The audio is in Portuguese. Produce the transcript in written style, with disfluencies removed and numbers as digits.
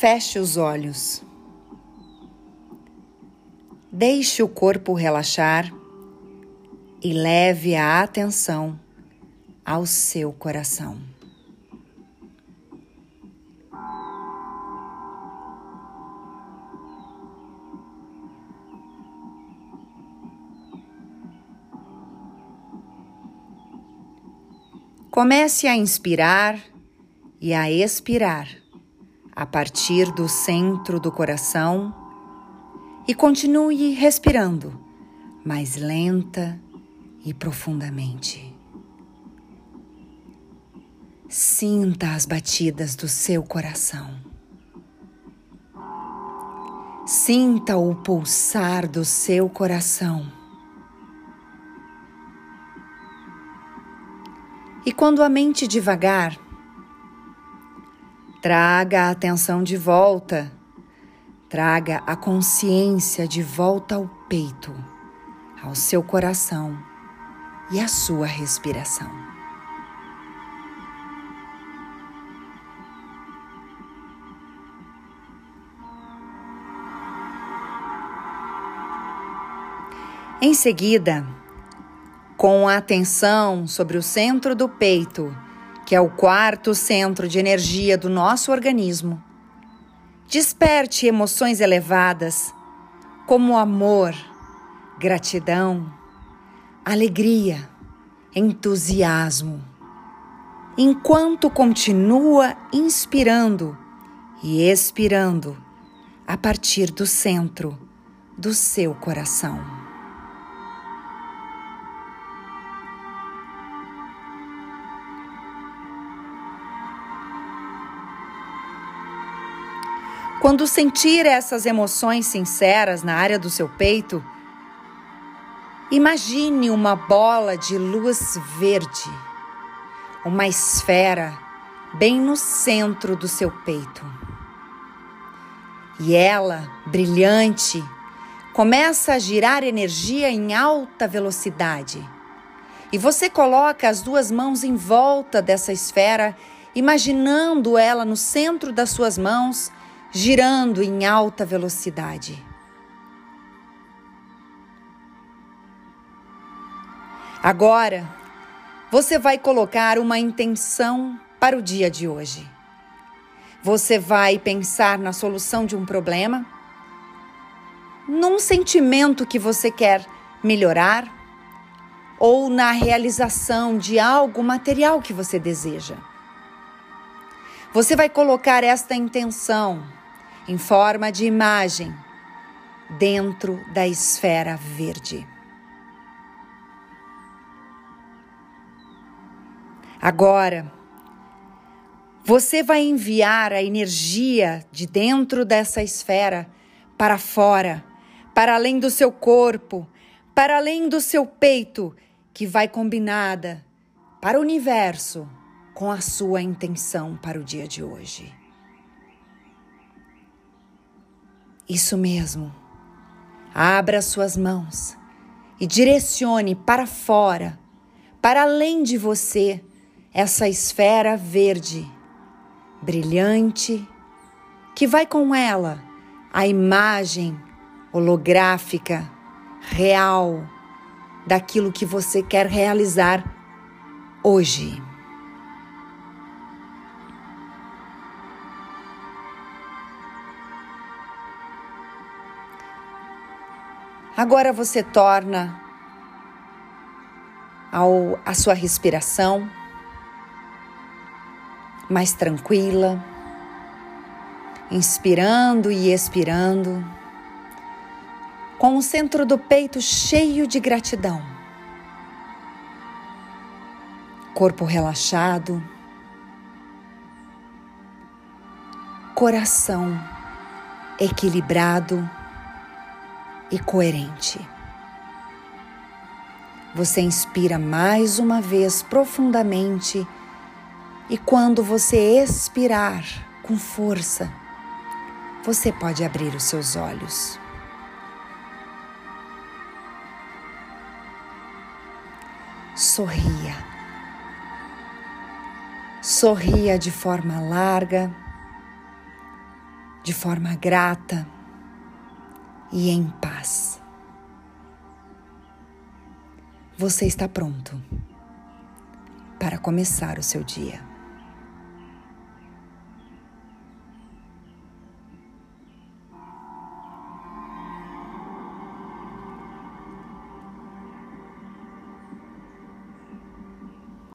feche os olhos. Deixe o corpo relaxar e leve a atenção ao seu coração. Comece a inspirar e a expirar a partir do centro do coração e continue respirando mais lenta e profundamente. Sinta as batidas do seu coração. Sinta o pulsar do seu coração. E quando a mente devagar, traga a atenção de volta, traga a consciência de volta ao peito, ao seu coração e à sua respiração. Em seguida, com a atenção sobre o centro do peito, que é o quarto centro de energia do nosso organismo, desperte emoções elevadas como amor, gratidão, alegria, entusiasmo, enquanto continua inspirando e expirando a partir do centro do seu coração. Quando sentir essas emoções sinceras na área do seu peito, imagine uma bola de luz verde, uma esfera bem no centro do seu peito. E ela, brilhante, começa a girar energia em alta velocidade. E você coloca as duas mãos em volta dessa esfera, imaginando ela no centro das suas mãos, girando em alta velocidade. Agora, você vai colocar uma intenção para o dia de hoje. Você vai pensar na solução de um problema, num sentimento que você quer melhorar ou na realização de algo material que você deseja. Você vai colocar esta intenção em forma de imagem dentro da esfera verde. Agora, você vai enviar a energia de dentro dessa esfera para fora, para além do seu corpo, para além do seu peito, que vai combinada para o universo com a sua intenção para o dia de hoje. Isso mesmo. Abra suas mãos e direcione para fora, para além de você, essa esfera verde, brilhante, que vai com ela a imagem holográfica, real, daquilo que você quer realizar hoje. Agora você torna a sua respiração mais tranquila, inspirando e expirando, com o centro do peito cheio de gratidão, corpo relaxado, coração equilibrado e coerente. Você inspira mais uma vez profundamente e quando você expirar com força, você pode abrir os seus olhos. Sorria. Sorria de forma larga, de forma grata e em paz. Você está pronto para começar o seu dia.